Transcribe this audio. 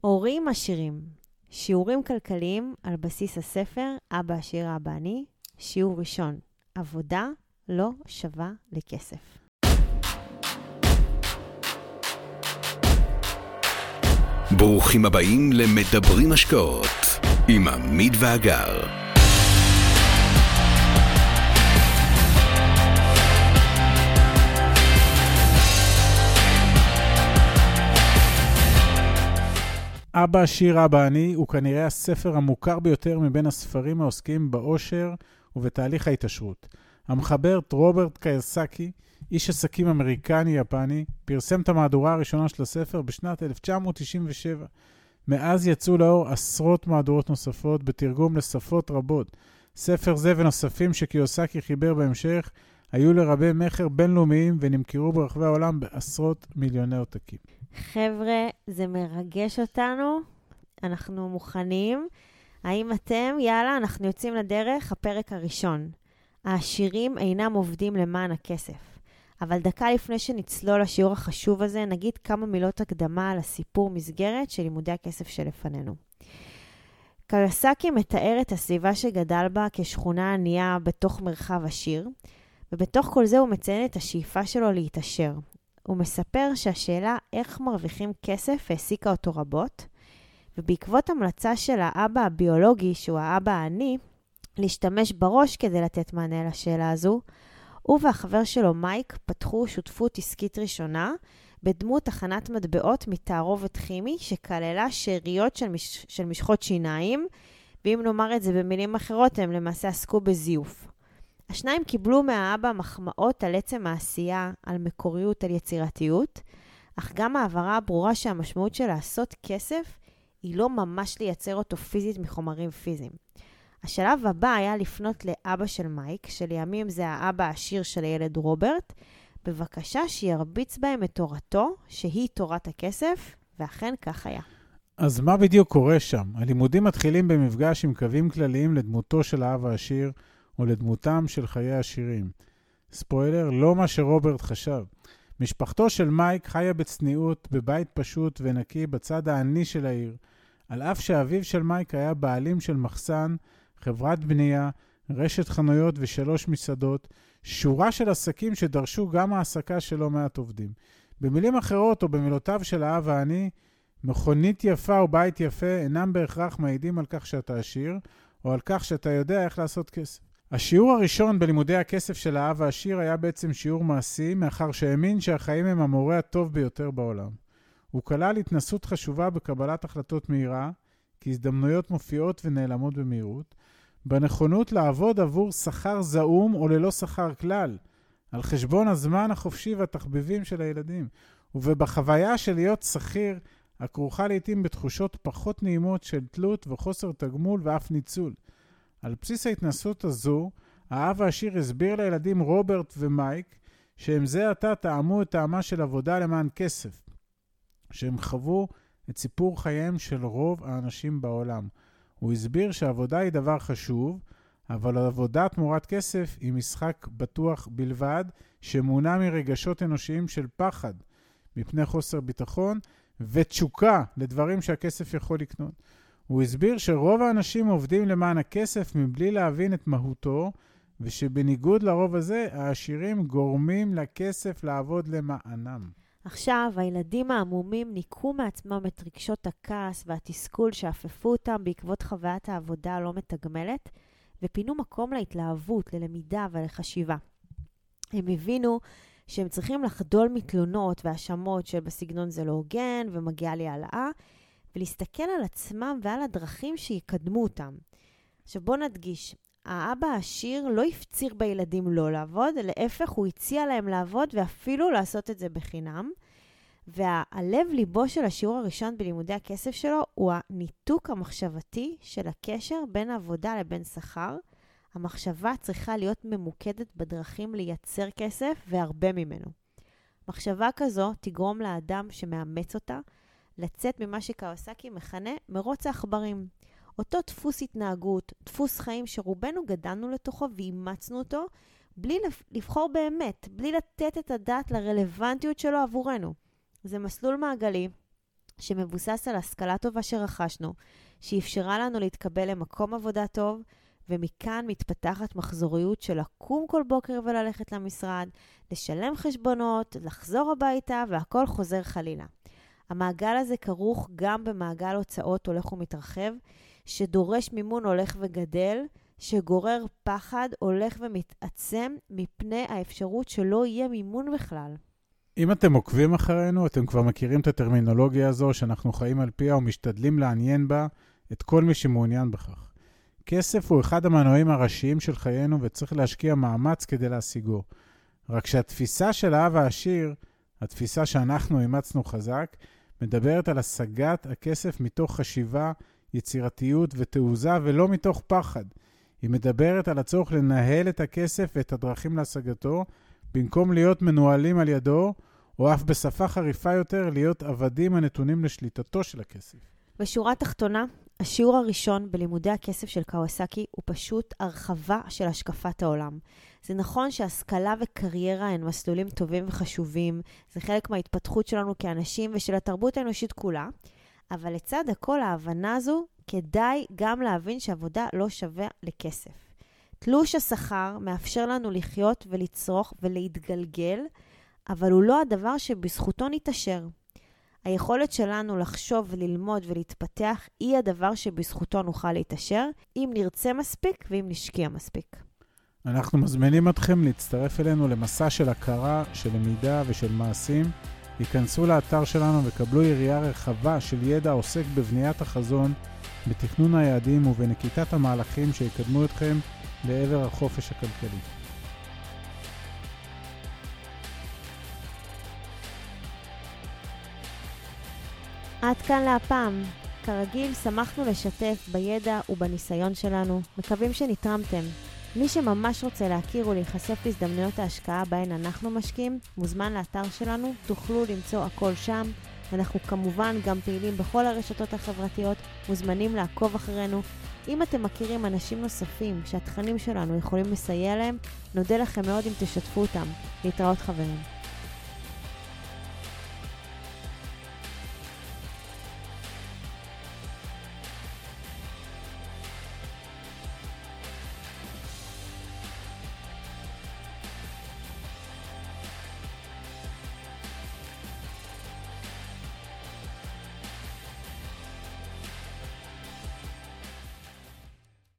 הורים עשירים, שיעורים כלכליים על בסיס הספר אבא עשיר אבא עני, שיעור ראשון, עבודה לא שווה לכסף. ברוכים הבאים למדברים השקעות עם עמית ואגר. אבא עשיר אבא עני הוא כנראה הספר המוכר ביותר מבין הספרים העוסקים בעושר ובתהליך ההתעשרות. המחבר רוברט קיוסקי, איש עסקים אמריקני-יפני, פרסם את המהדורה הראשונה של הספר בשנת 1997. מאז יצאו לאור עשרות מהדורות נוספות בתרגום לשפות רבות. ספר זה ונוספים שקיוסקי חיבר בהמשך היו לרבי מחר בינלאומיים ונמכרו ברחבי העולם בעשרות מיליוני עותקים. חבר'ה, זה מרגש אותנו, אנחנו מוכנים. האם אתם? יאללה, אנחנו יוצאים לדרך, הפרק הראשון. העשירים אינם עובדים למען הכסף. אבל דקה לפני שנצלול לשיעור החשוב הזה, נגיד כמה מילות הקדמה על הסיפור מסגרת של לימודי הכסף שלפנינו. קיוסקי מתאר את הסביבה שגדל בה כשכונה ענייה בתוך מרחב עשיר, ובתוך כל זה הוא מציין את השאיפה שלו להתעשר. הוא מספר שהשאלה איך מרוויחים כסף העסיקה אותו רבות, ובעקבות המלצה של האבא הביולוגי, שהוא האבא העני, להשתמש בראש כדי לתת מענה לשאלה הזו, הוא והחבר שלו מייק פתחו שותפות עסקית ראשונה, בדמות תחנת מטבעות מתערובת כימי, שכללה שאריות של משחות שיניים, ואם נאמר את זה במילים אחרות, הם למעשה עסקו בזיוף. השניים קיבלו מהאבא מחמאות על עצם העשייה, על מקוריות, על יצירתיות, אך גם העברה הברורה שהמשמעות של לעשות כסף היא לא ממש לייצר אותו פיזית מחומרים פיזיים. השלב הבא היה לפנות לאבא של מייק, שלימים זה האבא העשיר של הילד רוברט, בבקשה שירביץ בהם את תורתו, שהיא תורת הכסף, ואכן כך היה. אז מה בדיוק קורה שם? הלימודים מתחילים במפגש עם קווים כלליים לדמותו של האב העשיר, או לדמותם של חיי העשירים. ספוילר, לא מה שרוברט חשב. משפחתו של מייק חיה בצניעות, בבית פשוט ונקי בצד העני של העיר, על אף שאביו של מייק היה בעלים של מחסן, חברת בנייה, רשת חנויות ושלוש מסעדות, שורה של עסקים שדרשו גם העסקה של לא מעט עובדים. במילים אחרות או במילותיו של האב העני, מכונית יפה ובית יפה אינם בהכרח מעידים על כך שאתה עשיר, או על כך שאתה יודע איך לעשות כסף. השיעור הראשון בלימודי הכסף של האב העשיר היה בעצם שיעור מעשי, מאחר שהאמין שהחיים הם המורה הטוב ביותר בעולם. הוא כלל התנסות חשובה בקבלת החלטות מהירה, כי הזדמנויות מופיעות ונעלמות במהירות, בנכונות לעבוד עבור שכר זעום או ללא שכר כלל, על חשבון הזמן החופשי והתחביבים של הילדים, ובחוויה של להיות שכיר, הכרוכה לעתים בתחושות פחות נעימות של תלות וחוסר תגמול ואף ניצול. על בסיס ההתנסות הזו, האב העשיר הסביר לילדים רוברט ומייק, שהם זה עתה טעמו את טעמה של עבודה למען כסף, שהם חוו את סיפור חייהם של רוב האנשים בעולם. הוא הסביר שעבודה היא דבר חשוב, אבל עבודה תמורת כסף היא משחק בטוח בלבד, שמונע מרגשות אנושיים של פחד, מפני חוסר ביטחון, ותשוקה לדברים שהכסף יכול לקנות. הוא הסביר שרוב האנשים עובדים למען הכסף מבלי להבין את מהותו, ושבניגוד לרוב הזה, העשירים גורמים לכסף לעבוד למענם. עכשיו, הילדים העמומים ניקו מעצמם את רגשות הכעס והתסכול שאפפו אותם בעקבות חוויית העבודה הלא מתגמלת, ופינו מקום להתלהבות, ללמידה ולחשיבה. הם הבינו שהם צריכים לחדול מתלונות והאשמות של בסגנון זה לא הוגן ומגיע לי העלאה, ולהסתכל על עצמם ועל הדרכים שיקדמו אותם. עכשיו בוא נדגיש, האבא העשיר לא הפציר בילדים לא לעבוד, להפך הוא הציע להם לעבוד ואפילו לעשות את זה בחינם. והלב ליבו של השיעור הראשון בלימודי הכסף שלו הוא הניתוק המחשבתי של הקשר בין עבודה לבין שכר. המחשבה צריכה להיות ממוקדת בדרכים לייצר כסף והרבה ממנו. מחשבה כזו תגרום לאדם שמאמץ אותה לצאת ממה שקיוסקי מכנה מרוץ העכברים. אותו דפוס התנהגות, דפוס חיים שרובנו גדלנו לתוכו ואימצנו אותו, בלי לבחור באמת, בלי לתת את הדעת לרלוונטיות שלו עבורנו. זה מסלול מעגלי שמבוסס על השכלה טובה שרכשנו, שאפשרה לנו להתקבל למקום עבודה טוב, ומכאן מתפתחת מחזוריות של לקום כל בוקר וללכת למשרד, לשלם חשבונות, לחזור הביתה, והכל חוזר חלילה. המעגל הזה כרוך גם במעגל הוצאות הולך ומתרחב, שדורש מימון הולך וגדל, שגורר פחד הולך ומתעצם מפני האפשרות שלא יהיה מימון בכלל. אם אתם עוקבים אחרינו, אתם כבר מכירים את הטרמינולוגיה הזו שאנחנו חיים על פיה ומשתדלים לעניין בה את כל מי שמעוניין בכך. כסף הוא אחד המנועים הראשיים של חיינו וצריך להשקיע מאמץ כדי להשיגו. רק שהתפיסה של האב העשיר, התפיסה שאנחנו אימצנו חזק, מדברת על השגת הכסף מתוך חשיבה, יצירתיות ותעוזה ולא מתוך פחד. היא מדברת על הצורך לנהל את הכסף ואת הדרכים להשגתו, במקום להיות מנוהלים על ידו, או אף בשפה חריפה יותר להיות עבדים הנתונים לשליטתו של הכסף. בשורה תחתונה, השיעור הראשון בלימודי הכסף של קוואסקי הוא פשוט הרחבה של השקפת העולם. זה נכון שהשכלה וקריירה הן מסלולים טובים וחשובים, זה חלק מההתפתחות שלנו כאנשים ושל התרבות האנושית כולה, אבל לצד הכל ההבנה הזו, כדאי גם להבין שעבודה לא שווה לכסף. תלוש השכר מאפשר לנו לחיות ולצרוך ולהתגלגל, אבל הוא לא הדבר שבזכותו נתאשר. היכולת שלנו לחשוב וללמוד ולהתפתח היא הדבר שבזכותו נוכל להתאשר, אם נרצה מספיק ואם נשקיע מספיק. אנחנו מזמינים אתכם להצטרף אלינו למסע של הכרה, של למידה ושל מעשים. היכנסו לאתר שלנו וקבלו יריעה רחבה של ידע עוסק בבניית החזון, בתכנון היעדים ובנקיטת המהלכים שיקדמו אתכם לעבר החופש הכלכלי. עד כאן להפעם. כרגיל, שמחנו לשתף בידע ובניסיון שלנו. מקווים שנתרמתם. מי שממש רוצה להכיר ולהיחשף להזדמנויות ההשקעה בהן אנחנו משקיעים, מוזמן לאתר שלנו, תוכלו למצוא הכל שם. אנחנו כמובן גם פעילים בכל הרשתות החברתיות, מוזמנים לעקוב אחרינו. אם אתם מכירים אנשים נוספים שהתכנים שלנו יכולים לסייע להם, נודה לכם מאוד אם תשתפו אותם. להתראות חברים.